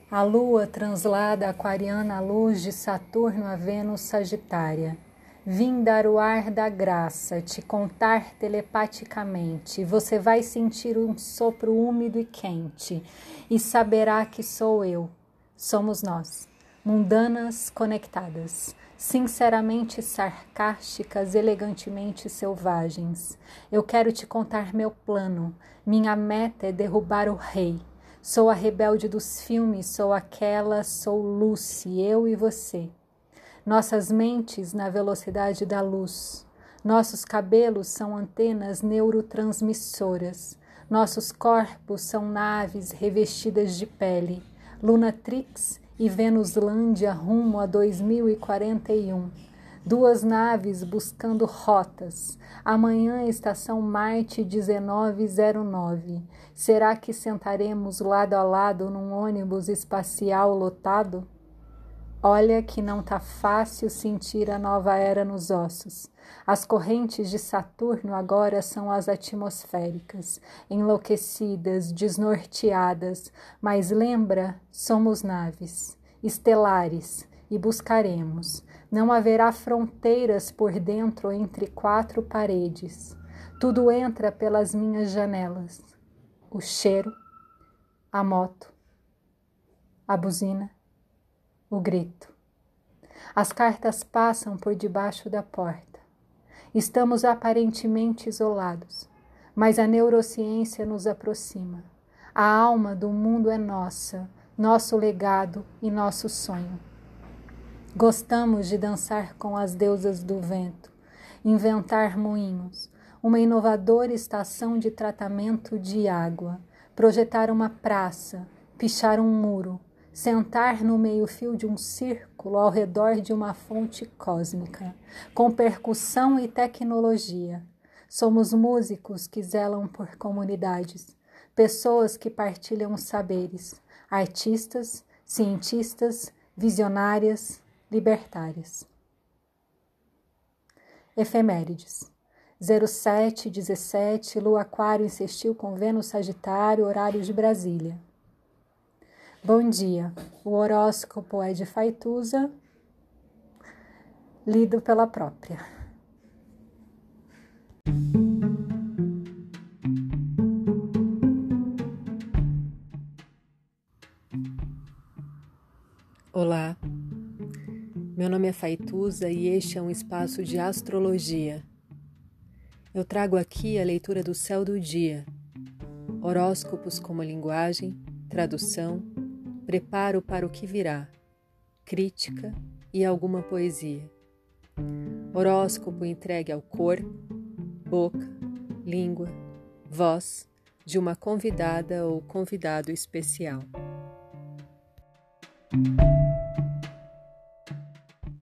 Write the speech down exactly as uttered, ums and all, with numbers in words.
A lua translada aquariana à luz de Saturno a Vênus Sagitária. Vim dar o ar da graça, te contar telepaticamente. Você vai sentir um sopro úmido e quente e saberá que sou eu. Somos nós, mundanas conectadas, sinceramente sarcásticas, elegantemente selvagens. Eu quero te contar meu plano. Minha meta é derrubar o rei. Sou a rebelde dos filmes, sou aquela, sou Lucy, eu e você. Nossas mentes na velocidade da luz. Nossos cabelos são antenas neurotransmissoras. Nossos corpos são naves revestidas de pele. Lunatrix e Venuslândia rumo a dois mil e quarenta e um. Duas naves buscando rotas. Amanhã, estação Marte dezenove zero nove. Será que sentaremos lado a lado num ônibus espacial lotado? Olha que não tá fácil sentir a nova era nos ossos. As correntes de Saturno agora são as atmosféricas, enlouquecidas, desnorteadas, mas lembra, somos naves, estelares, e buscaremos. Não haverá fronteiras por dentro entre quatro paredes. Tudo entra pelas minhas janelas. O cheiro, a moto, a buzina, o grito. As cartas passam por debaixo da porta. Estamos aparentemente isolados, mas a neurociência nos aproxima. A alma do mundo é nossa, nosso legado e nosso sonho. Gostamos de dançar com as deusas do vento, inventar moinhos, uma inovadora estação de tratamento de água, projetar uma praça, pichar um muro, sentar no meio-fio de um círculo ao redor de uma fonte cósmica, com percussão e tecnologia. Somos músicos que zelam por comunidades, pessoas que partilham os saberes, artistas, cientistas, visionárias, libertárias. Efemérides. zero sete dezessete, Lua Aquário insistiu com Vênus Sagitário, horário de Brasília. Bom dia. O horóscopo é de Faituza, lido pela própria. Olá, meu nome é Faituza e este é um espaço de astrologia. Eu trago aqui a leitura do céu do dia, horóscopos como linguagem, tradução, preparo para o que virá, crítica e alguma poesia. Horóscopo entregue ao corpo, boca, língua, voz de uma convidada ou convidado especial.